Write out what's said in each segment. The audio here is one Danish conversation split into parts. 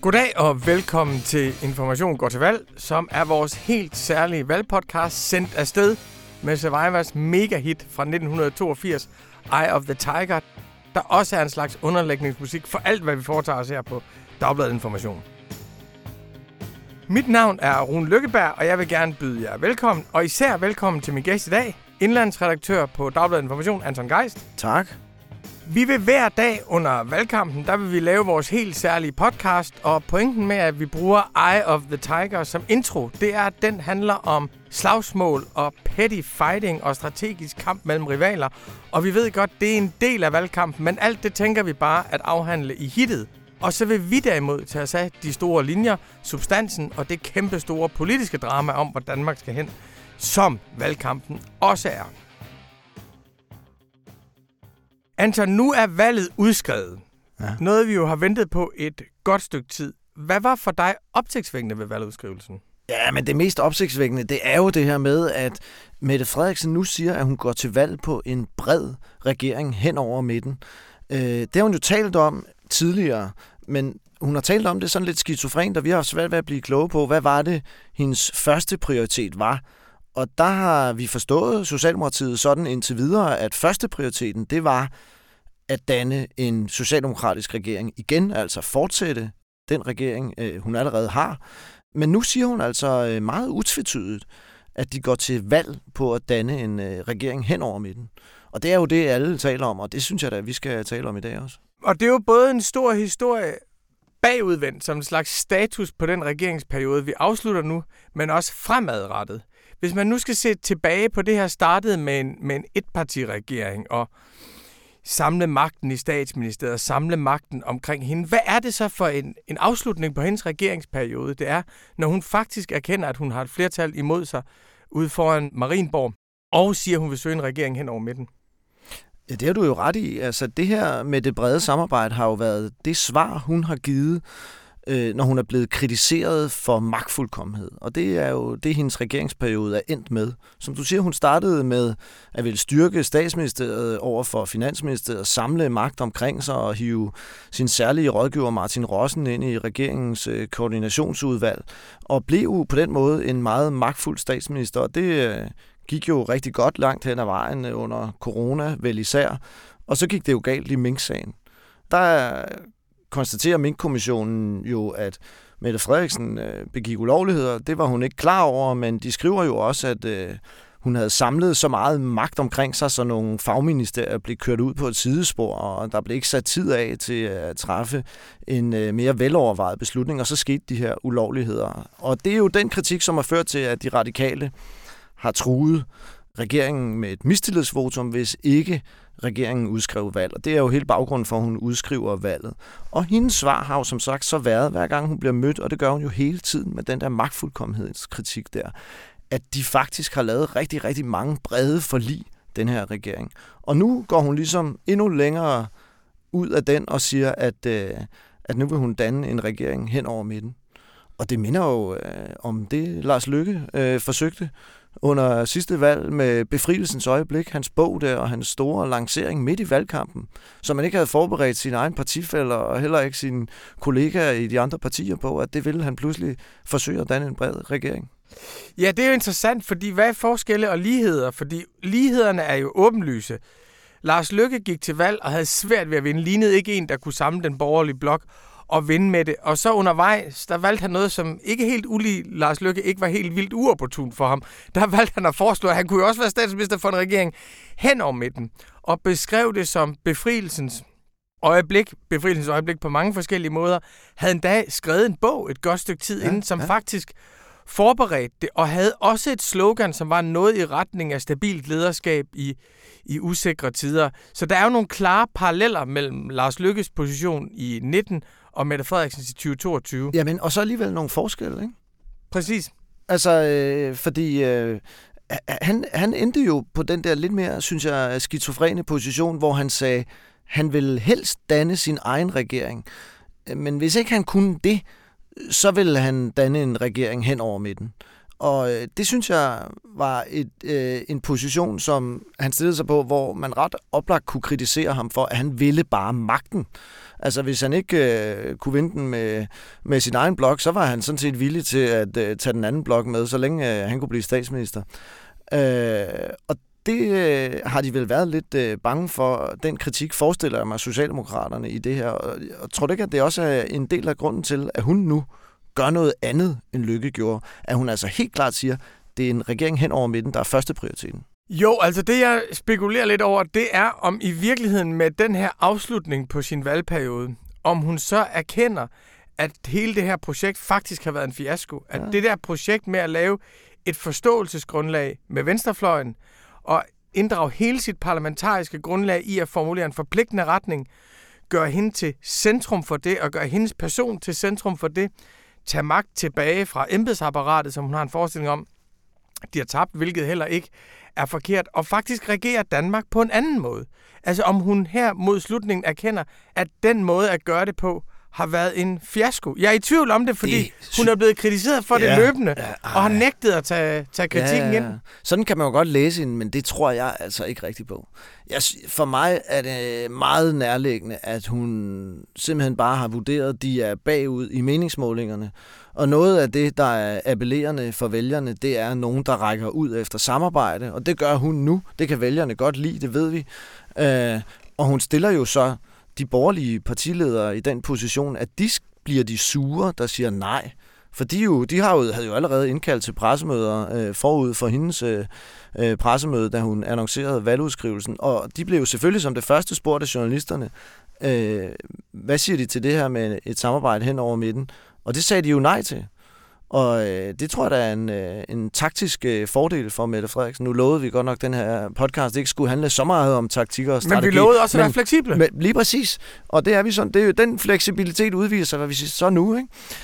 Goddag og velkommen til Information går til valg, som er vores helt særlige valgpodcast sendt afsted med Survivors megahit fra 1982, Eye of the Tiger, der også er en slags underlægningsmusik for alt, hvad vi foretager os her på Dagbladet Information. Mit navn er Rune Lykkeberg, og jeg vil gerne byde jer velkommen, og især velkommen til min gæst i dag, indlandsredaktør på Dagbladet Information, Anton Geist. Tak. Vi vil hver dag under valgkampen, der vil vi lave vores helt særlige podcast, og pointen med, at vi bruger Eye of the Tiger som intro, det er, at den handler om slagsmål og petty fighting og strategisk kamp mellem rivaler. Og vi ved godt, det er en del af valgkampen, men alt det tænker vi bare at afhandle i hittet. Og så vil vi derimod tage os af de store linjer, substansen og det kæmpe store politiske drama om, hvor Danmark skal hen, som valgkampen også er. Anton, nu er valget udskrevet. Ja. Noget, vi jo har ventet på et godt stykke tid. Hvad var for dig opsigtsvækkende ved valgudskrivelsen? Ja, men det mest opsigtsvækkende, det er jo det her med, at Mette Frederiksen nu siger, at hun går til valg på en bred regering hen over midten. Det har hun jo talt om tidligere, men hun har talt om det sådan lidt skizofrent, og vi har svært ved at blive kloge på, hvad var det, hendes første prioritet var. Og der har vi forstået Socialdemokratiet sådan indtil videre, at første prioriteten, det var at danne en socialdemokratisk regering igen, altså fortsætte den regering, hun allerede har. Men nu siger hun altså meget utvetydigt, at de går til valg på at danne en regering hen over midten. Og det er jo det, alle taler om, og det synes jeg da, vi skal tale om i dag også. Og det er jo både en stor historie bagudvendt, som en slags status på den regeringsperiode, vi afslutter nu, men også fremadrettet. Hvis man nu skal se tilbage på det her startede med en etpartiregering og samle magten i statsministeriet og samle magten omkring hende. Hvad er det så for en afslutning på hendes regeringsperiode? Det er, når hun faktisk erkender, at hun har et flertal imod sig ude foran Marienborg og siger, at hun vil søge en regering hen over midten. Ja, det har du jo ret i. Altså, det her med det brede samarbejde har jo været det svar, hun har givet, når hun er blevet kritiseret for magtfuldkommenhed. Og det er jo det, hendes regeringsperiode er endt med. Som du siger, hun startede med at ville styrke statsministeriet over for finansministeriet, samle magt omkring sig og hive sin særlige rådgiver Martin Rossen ind i regeringens koordinationsudvalg, og blev på den måde en meget magtfuld statsminister. Og det gik jo rigtig godt langt hen ad vejen under corona, vel især. Og så gik det jo galt i Mink-sagen. Der konstaterer Mink-kommissionen jo, at Mette Frederiksen begik ulovligheder. Det var hun ikke klar over, men de skriver jo også, at hun havde samlet så meget magt omkring sig, så nogle fagministerier blev kørt ud på et sidespor, og der blev ikke sat tid af til at træffe en mere velovervejet beslutning, og så skete de her ulovligheder. Og det er jo den kritik, som har ført til, at de radikale har truet regeringen med et mistillidsvotum, hvis ikke regeringen udskrev valg. Og det er jo helt baggrunden for, at hun udskriver valget. Og hendes svar har jo som sagt så været, hver gang hun bliver mødt, og det gør hun jo hele tiden med den der magtfuldkommenhedskritik der, at de faktisk har lavet rigtig, rigtig mange brede forlig, den her regering. Og nu går hun ligesom endnu længere ud af den og siger, at nu vil hun danne en regering hen over midten. Og det minder jo om det, Lars Løkke forsøgte under sidste valg med Befrielsens øjeblik, hans bog der og hans store lancering midt i valgkampen, som man ikke havde forberedt sine egne partifæller og heller ikke sine kollegaer i de andre partier på, at det ville han pludselig forsøge at danne en bred regering. Ja, det er jo interessant, fordi hvad er forskelle og ligheder? Fordi lighederne er jo åbenlyse. Lars Løkke gik til valg og havde svært ved at vinde. Lignede ikke en, der kunne samle den borgerlige blok og vinde med det. Og så undervejs, der valgte han noget, som ikke helt ulig Lars Løkke ikke var helt vildt uopportunt for ham. Der valgte han at foreslå, at han kunne jo også være statsminister for en regering hen over midten. Og beskrev det som befrielsens øjeblik på mange forskellige måder. Havde endda skrevet en bog et godt stykke tid inden, som faktisk forberedte det, og havde også et slogan, som var noget i retning af stabilt lederskab i usikre tider. Så der er jo nogle klare paralleller mellem Lars Løkkes position i 19 og Mette Frederiksens i 2022. Jamen, og så alligevel nogle forskelle, ikke? Præcis. Altså, fordi han endte jo på den der lidt mere, synes jeg, skizofrene position, hvor han sagde, han ville helst danne sin egen regering. Men hvis ikke han kunne det, så ville han danne en regering hen over midten. Og det synes jeg var en position, som han stillede sig på, hvor man ret oplagt kunne kritisere ham for, at han ville bare magten. Altså hvis han ikke kunne vinde den med sin egen blok, så var han sådan set villig til at tage den anden blok med, så længe han kunne blive statsminister. Og det har de vel været lidt bange for. Den kritik forestiller jeg mig Socialdemokraterne i det her. Og tror du ikke, at det også er en del af grunden til, at hun nu gør noget andet, end Løkke gjorde? At hun altså helt klart siger, det er en regering hen over midten, der er første prioriteten. Jo, altså det jeg spekulerer lidt over, det er om i virkeligheden med den her afslutning på sin valgperiode, om hun så erkender, at hele det her projekt faktisk har været en fiasko. At det der projekt med at lave et forståelsesgrundlag med venstrefløjen, og inddrage hele sit parlamentariske grundlag i at formulere en forpligtende retning, gøre hende til centrum for det, og gøre hendes person til centrum for det, tage magt tilbage fra embedsapparatet, som hun har en forestilling om, de har tabt, hvilket heller ikke er forkert, og faktisk regere Danmark på en anden måde. Altså om hun her mod slutningen erkender, at den måde at gøre det på, har været en fiasko. Jeg er i tvivl om det, fordi hun er blevet kritiseret for det løbende, og har nægtet at tage kritikken ind. Sådan kan man jo godt læse hende, men det tror jeg altså ikke rigtigt på. For mig er det meget nærliggende, at hun simpelthen bare har vurderet, at de er bagud i meningsmålingerne. Og noget af det, der er appellerende for vælgerne, det er nogen, der rækker ud efter samarbejde. Og det gør hun nu. Det kan vælgerne godt lide, det ved vi. Og hun stiller jo så de borgerlige partiledere i den position, at de bliver de sure, der siger nej. For de havde jo allerede indkaldt til pressemøder forud for hendes pressemøde, da hun annoncerede valgudskrivelsen. Og de blev jo selvfølgelig som det første spurgt af journalisterne, hvad siger de til det her med et samarbejde hen over midten? Og det sagde de jo nej til. Og det tror jeg, der er en taktisk fordel for Mette Frederiksen. Nu lovede vi godt nok, at den her podcast ikke skulle handle så meget om taktik og strategi. Men vi lovede også at være fleksible. Men, lige præcis. Og det er vi sådan. Det er jo den fleksibilitet udviser, hvad vi siger så nu.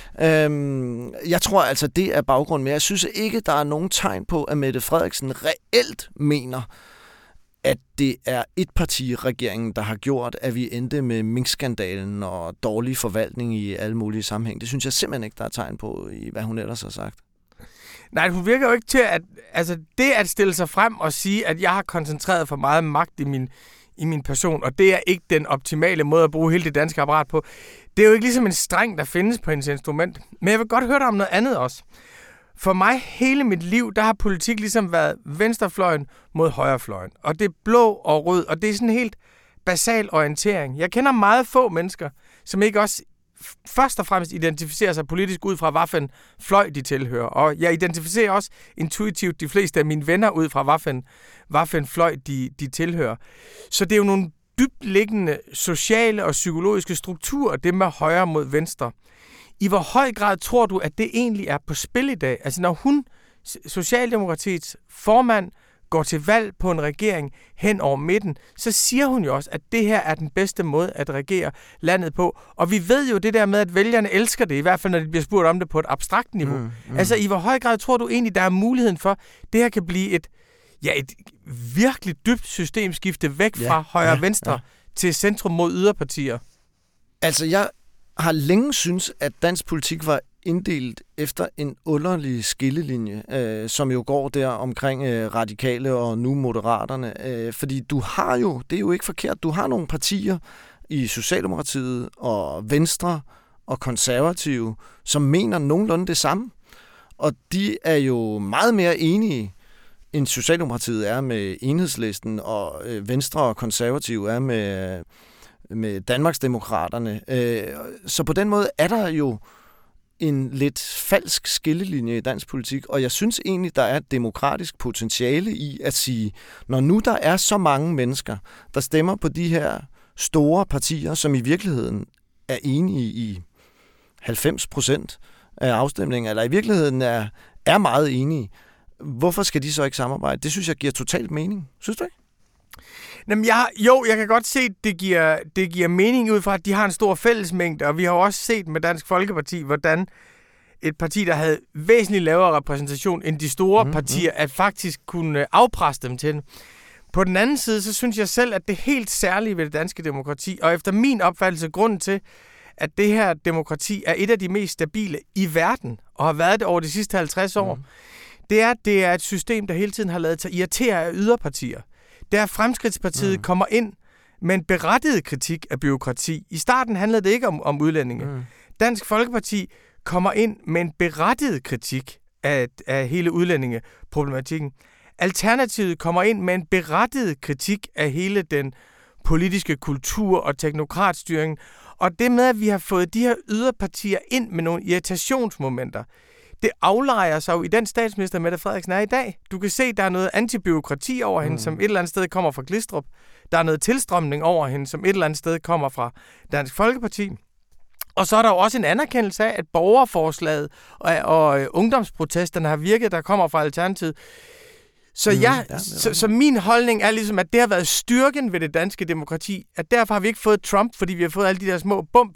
Ikke? Jeg tror altså, det er baggrunden. Men jeg synes ikke, der er nogen tegn på, at Mette Frederiksen reelt mener, at det er etpartiregeringen, der har gjort, at vi endte med minkskandalen og dårlig forvaltning i alle mulige sammenhæng. Det synes jeg simpelthen ikke, der er tegn på, i hvad hun ellers har sagt. Nej, hun virker jo ikke til, at altså det at stille sig frem og sige, at jeg har koncentreret for meget magt i min person, og det er ikke den optimale måde at bruge hele det danske apparat på. Det er jo ikke ligesom en streng, der findes på hendes instrument. Men jeg vil godt høre dig om noget andet også. For mig hele mit liv, der har politik ligesom været venstrefløjen mod højrefløjen. Og det er blå og rød, og det er sådan en helt basal orientering. Jeg kender meget få mennesker, som ikke også først og fremmest identificerer sig politisk ud fra, hvilken fløj de tilhører. Og jeg identificerer også intuitivt de fleste af mine venner ud fra, hvilken fløj de tilhører. Så det er jo nogle dybtliggende sociale og psykologiske strukturer, det med højre mod venstre. I hvor høj grad tror du, at det egentlig er på spil i dag? Altså når hun, Socialdemokratiets formand, går til valg på en regering hen over midten, så siger hun jo også, at det her er den bedste måde at regere landet på. Og vi ved jo det der med, at vælgerne elsker det, i hvert fald når de bliver spurgt om det på et abstrakt niveau. Altså i hvor høj grad tror du egentlig, der er muligheden for, at det her kan blive et virkelig dybt systemskifte væk fra højre-venstre til centrum mod yderpartier? Altså jeg har længe synes, at dansk politik var inddelt efter en underlig skillelinje, som jo går der omkring radikale og nu moderaterne. Fordi du har jo, det er jo ikke forkert, du har nogle partier i Socialdemokratiet og Venstre og Konservative, som mener nogenlunde det samme. Og de er jo meget mere enige, end Socialdemokratiet er med Enhedslisten, og Venstre og Konservative er med Danmarksdemokraterne. Så på den måde er der jo en lidt falsk skillelinje i dansk politik, og jeg synes egentlig, der er et demokratisk potentiale i at sige, når nu der er så mange mennesker, der stemmer på de her store partier, som i virkeligheden er enige i 90% af afstemningen, eller i virkeligheden er meget enige, hvorfor skal de så ikke samarbejde? Det synes jeg giver totalt mening. Synes du ikke? Jamen, jeg kan godt se, at det giver mening ud fra, at de har en stor fællesmængde, og vi har jo også set med Dansk Folkeparti, hvordan et parti, der havde væsentligt lavere repræsentation end de store partier, at faktisk kunne afpresse dem til den. På den anden side, så synes jeg selv, at det helt særlige ved det danske demokrati, og efter min opfattelse grunden til, at det her demokrati er et af de mest stabile i verden, og har været det over de sidste 50 år, det er et system, der hele tiden har ladet sig irritere af yderpartier. Det er, at Fremskridtspartiet kommer ind med en berettiget kritik af byråkrati. I starten handlede det ikke om udlændinge. Dansk Folkeparti kommer ind med en berettiget kritik af hele udlændingeproblematikken. Alternativet kommer ind med en berettiget kritik af hele den politiske kultur og teknokratstyring. Og det med, at vi har fået de her yderpartier ind med nogle irritationsmomenter, det aflejer sig jo i den statsminister, Mette Frederiksen er i dag. Du kan se, der er noget antibureaukrati over hende, som et eller andet sted kommer fra Glistrup. Der er noget tilstrømning over hende, som et eller andet sted kommer fra Dansk Folkeparti. Og så er der jo også en anerkendelse af, at borgerforslaget og ungdomsprotesterne har virket, der kommer fra Alternativet. Så min holdning er ligesom, at det har været styrken ved det danske demokrati, at derfor har vi ikke fået Trump, fordi vi har fået alle de der små bump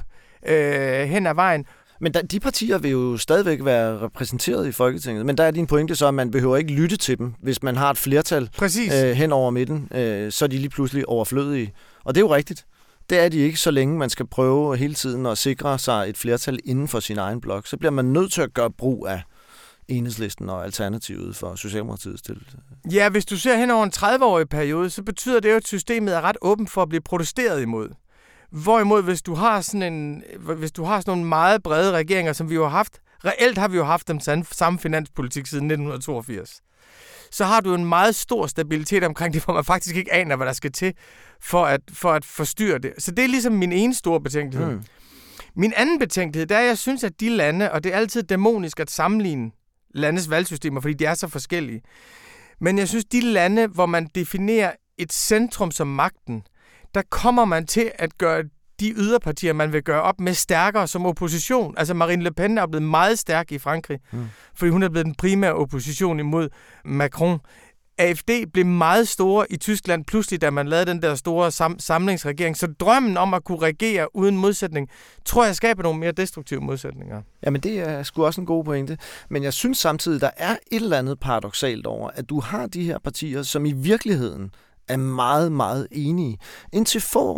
hen ad vejen. Men de partier vil jo stadigvæk være repræsenteret i Folketinget, men der er din pointe så, at man behøver ikke lytte til dem, hvis man har et flertal hen over midten, så er de lige pludselig overflødige. Og det er jo rigtigt. Det er de ikke, så længe man skal prøve hele tiden at sikre sig et flertal inden for sin egen blok. Så bliver man nødt til at gøre brug af Enhedslisten og Alternativet for Socialdemokratiets del. Ja, hvis du ser hen over en 30-årig periode, så betyder det jo, at systemet er ret åbent for at blive protesteret imod. Hvorimod, hvis du har sådan nogle meget brede regeringer, som vi jo har haft, reelt har vi jo haft den samme finanspolitik siden 1982, så har du en meget stor stabilitet omkring det, hvor man faktisk ikke aner, hvad der skal til for at forstyrre det. Så det er ligesom min ene store betænkelighed. Min anden betænkelighed, det er, at jeg synes, at de lande, og det er altid dæmonisk at sammenligne landes valgsystemer, fordi de er så forskellige, men jeg synes, de lande, hvor man definerer et centrum som magten, der kommer man til at gøre de yderpartier, man vil gøre op med, stærkere som opposition. Altså Marine Le Pen er blevet meget stærk i Frankrig, fordi hun er blevet den primære opposition imod Macron. AfD blev meget store i Tyskland, pludselig da man lavede den der store samlingsregering. Så drømmen om at kunne regere uden modsætning, tror jeg skaber nogle mere destruktive modsætninger. Jamen det er sgu også en god pointe. Men jeg synes samtidig, der er et eller andet paradoksalt over, at du har de her partier, som i virkeligheden er meget, meget enige. For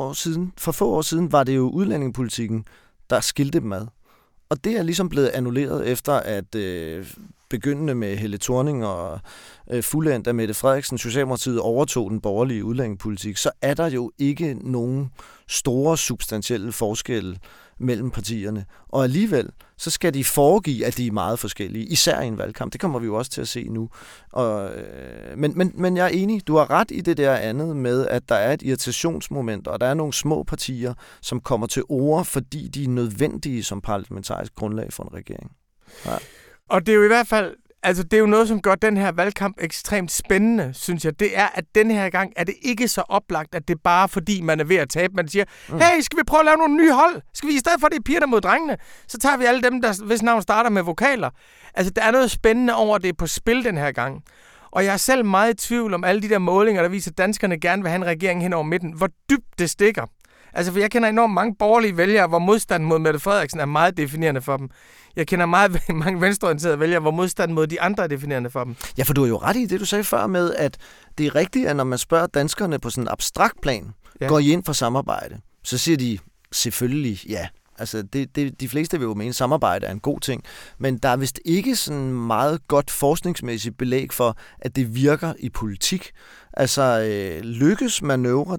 få år siden var det jo udlændingepolitikken, der skilte dem ad. Og det er ligesom blevet annulleret efter, at begyndende med Helle Thorning og fuldendt af Mette Frederiksen, Socialdemokratiet overtog den borgerlige udlændingepolitik, så er der jo ikke nogen store substantielle forskelle mellem partierne. Og alligevel, så skal de foregive, at de er meget forskellige, især i en valgkamp. Det kommer vi jo også til at se nu. Men jeg er enig, du har ret i det der andet med, at der er et irritationsmoment, og der er nogle små partier, som kommer til orde, fordi de er nødvendige som parlamentarisk grundlag for en regering. Ja. Og det er jo i hvert fald, altså det er jo noget, som gør den her valgkamp ekstremt spændende, synes jeg. Det er, at denne her gang er det ikke så oplagt, at det er bare fordi, man er ved at tabe. Man siger, hey, skal vi prøve at lave nogle nye hold? Skal vi i stedet for det pigerne mod drengene, så tager vi alle dem, hvis navn starter med vokaler. Altså der er noget spændende over, at det er på spil den her gang. Og jeg er selv meget i tvivl om alle de der målinger, der viser, at danskerne gerne vil have en regering hen over midten. Hvor dybt det stikker. Altså, for jeg kender enormt mange borgerlige vælgere, hvor modstanden mod Mette Frederiksen er meget definerende for dem. Jeg kender meget mange venstreorienterede vælgere, hvor modstanden mod de andre er definerende for dem. Ja, for du er jo ret i det, du sagde før med, at det er rigtigt, at når man spørger danskerne på sådan en abstrakt plan, går I ind for samarbejde, så siger de selvfølgelig ja. Altså, de fleste vil jo mene, at samarbejde er en god ting, men der er vist ikke sådan meget godt forskningsmæssigt belæg for, at det virker i politik. Altså, lykkes manøvre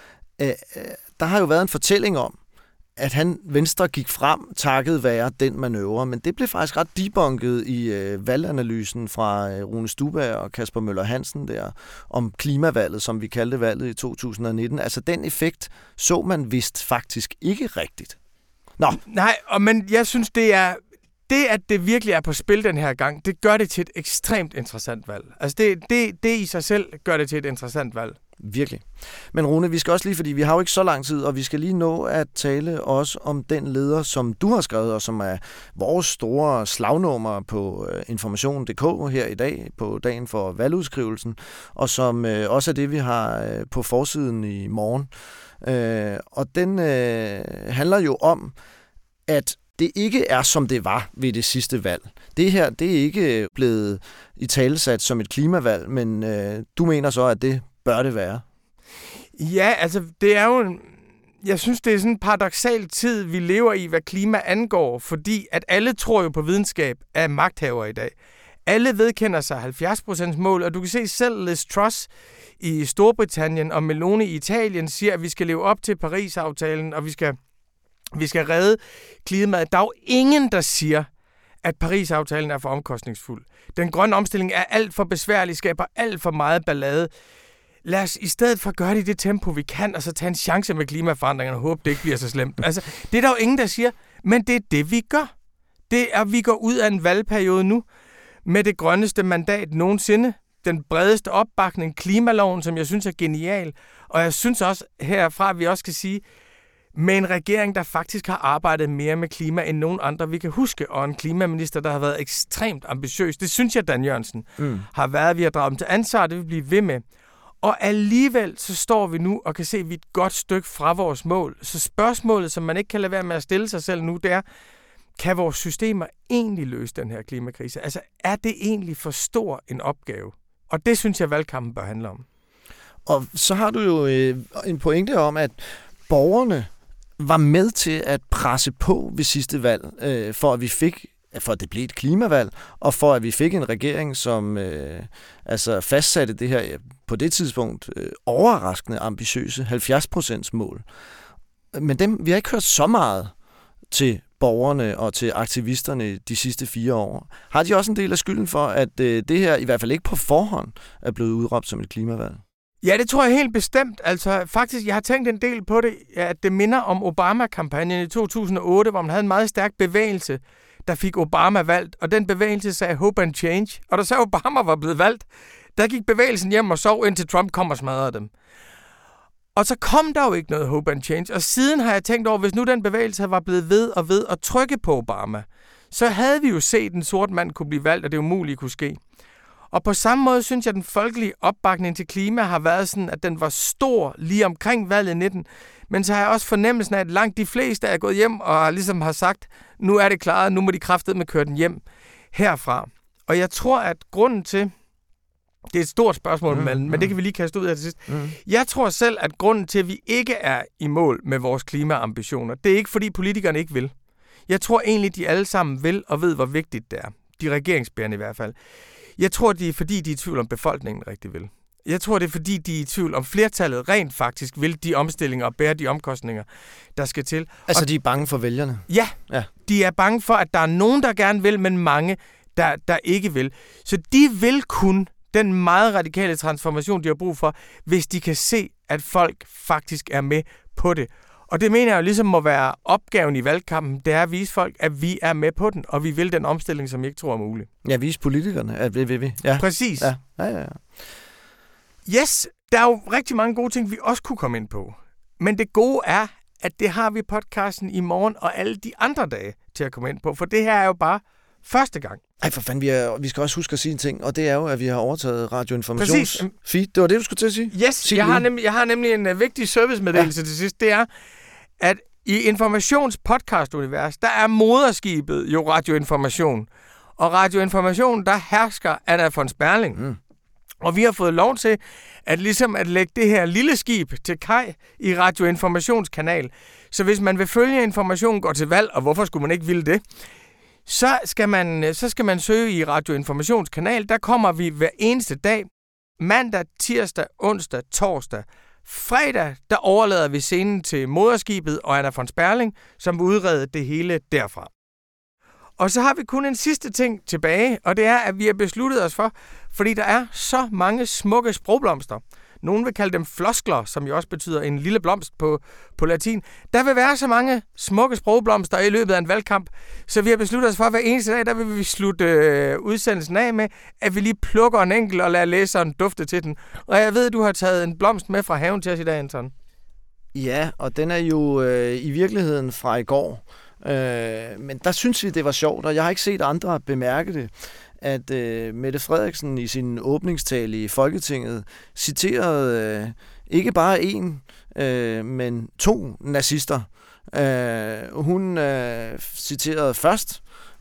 der har jo været en fortælling om, at Venstre gik frem takket være den manøvre, men det blev faktisk ret debunket i valganalysen fra Rune Stubberg og Kasper Møller Hansen der, om klimavalget, som vi kaldte valget i 2019. Altså den effekt så man vist faktisk ikke rigtigt. Nå. Nej, men jeg synes, det er det, at det virkelig er på spil den her gang, det gør det til et ekstremt interessant valg. Altså det i sig selv gør det til et interessant valg. Virkelig. Men Rune, vi skal også lige, fordi vi har jo ikke så lang tid, og vi skal lige nå at tale også om den leder, som du har skrevet, og som er vores store slagnummer på information.dk her i dag, på dagen for valgudskrivelsen, og som også er det, vi har på forsiden i morgen. Og den handler jo om, at det ikke er, som det var ved det sidste valg. Det her, det er ikke blevet italesat som et klimavalg, men du mener så, at det bør det være? Ja, altså det er jo jeg synes, det er sådan en paradoksal tid, vi lever i, hvad klima angår, fordi at alle tror jo på videnskab af magthavere i dag. Alle vedkender sig 70% mål, og du kan se selv Liz Truss i Storbritannien og Meloni i Italien siger, at vi skal leve op til Paris-aftalen, og vi skal redde klimaet. Der er jo ingen, der siger, at Paris-aftalen er for omkostningsfuld. Den grønne omstilling er alt for besværlig, skaber alt for meget ballade. Lad os i stedet for gøre det i det tempo, vi kan, og så tage en chance med klimaforandringerne og håbe, det ikke bliver så slemt. Altså, det er der jo ingen, der siger, men det er det, vi gør. Det er, at vi går ud af en valgperiode nu med det grønneste mandat nogensinde. Den bredeste opbakning, klimaloven, som jeg synes er genial. Og jeg synes også herfra, at vi også kan sige, med en regering, der faktisk har arbejdet mere med klima end nogen andre, vi kan huske, og en klimaminister, der har været ekstremt ambitiøs. Det synes jeg, Dan Jørgensen har været. Vi har draget dem til ansvar, det vil blive ved med. Og alligevel så står vi nu og kan se, at vi er et godt stykke fra vores mål. Så spørgsmålet, som man ikke kan lade være med at stille sig selv nu, det er, kan vores systemer egentlig løse den her klimakrise? Altså, er det egentlig for stor en opgave? Og det synes jeg, valgkampen bør handle om. Og så har du jo en pointe om, at borgerne var med til at presse på ved sidste valg, for at det blev et klimavalg, og for at vi fik en regering, som fastsatte det her på det tidspunkt overraskende ambitiøse 70% mål. Men vi har ikke hørt så meget til borgerne og til aktivisterne de sidste 4 år. Har de også en del af skylden for, at det her i hvert fald ikke på forhånd er blevet udråbt som et klimavalg? Ja, det tror jeg helt bestemt. Altså faktisk, jeg har tænkt en del på det, at det minder om Obama-kampagnen i 2008, hvor man havde en meget stærk bevægelse, der fik Obama valgt, og den bevægelse sagde hope and change. Og da så Obama var blevet valgt, der gik bevægelsen hjem og sov, indtil Trump kom og smadrede dem. Og så kom der jo ikke noget hope and change, og siden har jeg tænkt over, hvis nu den bevægelse var blevet ved at trykke på Obama, så havde vi jo set, at en sort mand kunne blive valgt, og det umuligt kunne ske. Og på samme måde synes jeg, at den folkelige opbakning til klima har været sådan, at den var stor lige omkring valget 19. Men så har jeg også fornemmelsen af, at langt de fleste er gået hjem og ligesom har sagt, nu er det klaret, nu må de kraftedeme køre den hjem herfra. Og jeg tror, at grunden til, det er et stort spørgsmål, men det kan vi lige kaste ud af til sidst. Jeg tror selv, at grunden til, at vi ikke er i mål med vores klimaambitioner, det er ikke, fordi politikerne ikke vil. Jeg tror egentlig, de alle sammen vil og ved, hvor vigtigt det er. De regeringsbærende i hvert fald. Jeg tror, det er, fordi de er i tvivl om befolkningen rigtig vil. Jeg tror, det er, fordi de er i tvivl om flertallet rent faktisk vil de omstillinger og bære de omkostninger, der skal til. Altså, de er bange for vælgerne? Ja, de er bange for, at der er nogen, der gerne vil, men mange, der ikke vil. Så de vil kun den meget radikale transformation, de har brug for, hvis de kan se, at folk faktisk er med på det. Og det mener jeg jo ligesom må være opgaven i valgkampen, det er at vise folk, at vi er med på den, og vi vil den omstilling, som vi ikke tror er mulig. Ja, vise politikerne, at vi vil. Ja. Præcis. Ja. Yes, der er jo rigtig mange gode ting, vi også kunne komme ind på. Men det gode er, at det har vi podcasten i morgen og alle de andre dage til at komme ind på, for det her er jo bare første gang. Ej, for fanden, vi skal også huske at sige en ting, og det er jo, at vi har overtaget radioinformationsfeed. Det var det, du skulle til at sige? Yes, jeg har nemlig en vigtig servicemeddelelse til sidst. Det er, at i informationspodcast-univers, der er moderskibet jo radioinformation. Og radioinformation, der hersker Anna von Sperling. Og vi har fået lov til at lægge det her lille skib til kaj i radioinformationskanal. Så hvis man vil følge informationen, går til valg, og hvorfor skulle man ikke ville det, så skal man søge i radioinformationskanal. Der kommer vi hver eneste dag. Mandag, tirsdag, onsdag, torsdag. Fredag, der overlader vi scenen til moderskibet og Anna von Sperling, som vil udrede det hele derfra. Og så har vi kun en sidste ting tilbage, og det er, at vi har besluttet os for, fordi der er så mange smukke sprogblomster. Nogle vil kalde dem floskler, som jo også betyder en lille blomst på latin. Der vil være så mange smukke sprogblomster i løbet af en valgkamp, så vi har besluttet os for, at hver eneste dag, der vil vi slutte udsendelsen af med, at vi lige plukker en enkelt og lader læseren dufte til den. Og jeg ved, du har taget en blomst med fra haven til os i dag, Anton. Ja, og den er jo i virkeligheden fra i går. Men der synes vi, det var sjovt, og jeg har ikke set andre bemærke det, at Mette Frederiksen i sin åbningstale i Folketinget citerede ikke bare en, men 2 nazister. Hun citerede først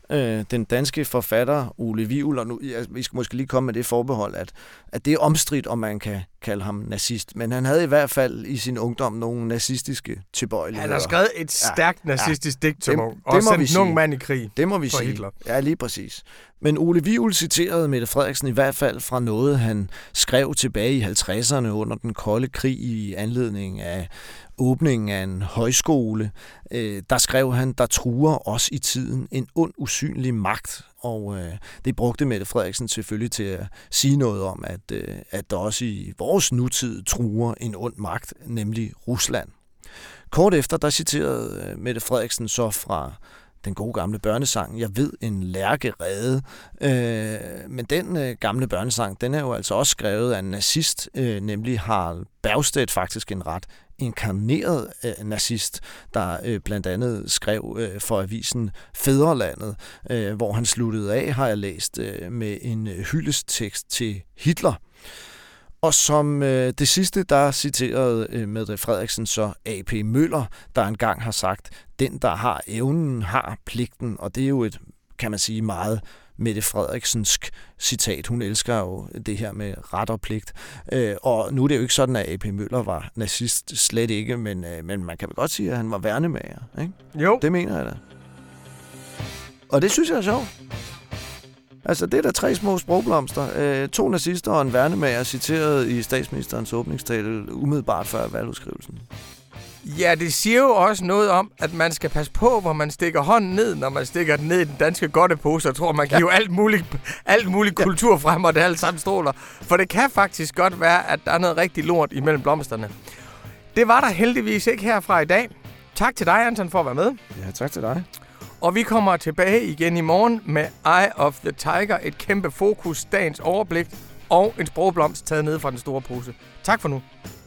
den danske forfatter Ole Wivel, og nu, vi skal måske lige komme med det forbehold, at det er omstridt, om man kan kalde ham nazist. Men han havde i hvert fald i sin ungdom nogle nazistiske tilbøjeligheder. Han har skrevet et stærkt nazistisk diktum, og det sendt en ung mand i krig. Det må vi sige. Hitler. Ja, lige præcis. Men Ole Wivel citerede Mette Frederiksen i hvert fald fra noget, han skrev tilbage i 50'erne under den kolde krig i anledning af åbningen af en højskole. Der skrev han, der truer os i tiden en ond, usynlig magt. Og det brugte Mette Frederiksen selvfølgelig til at sige noget om, at der også i vores nutid truer en ond magt, nemlig Rusland. Kort efter, der citerede Mette Frederiksen så fra den gode gamle børnesang, Jeg ved en lærke redde. Men den gamle børnesang, den er jo altså også skrevet af en nazist, nemlig Harald Bergstedt, faktisk en ret inkarneret nazist, der blandt andet skrev for avisen Fædrelandet, hvor han sluttede af, har jeg læst, med en hyldesttekst til Hitler. Og som det sidste, der citerede Mette Frederiksen så A.P. Møller, der engang har sagt, den der har evnen, har pligten, og det er jo et, kan man sige, meget Mette Frederiksensk citat. Hun elsker jo det her med ret og pligt. Og nu er det jo ikke sådan, at A.P. Møller var nazist, slet ikke, men man kan vel godt sige, at han var værnemager, ikke? Jo. Det mener jeg da. Og det synes jeg er sjovt. Altså, det er der 3 små sprogblomster. 2 nazister og en værnemager citeret i statsministerens åbningstale umiddelbart før valgudskrivelsen. Ja, det siger jo også noget om, at man skal passe på, hvor man stikker hånden ned, når man stikker den ned i den danske godtepose, og tror, man kan jo alt muligt kultur frem, og det alle sammen stråler. For det kan faktisk godt være, at der er noget rigtig lort imellem blomsterne. Det var der heldigvis ikke herfra i dag. Tak til dig, Anton, for at være med. Ja, tak til dig. Og vi kommer tilbage igen i morgen med Eye of the Tiger, et kæmpe fokus, dagens overblik og en sprogblomst taget ned fra den store pose. Tak for nu.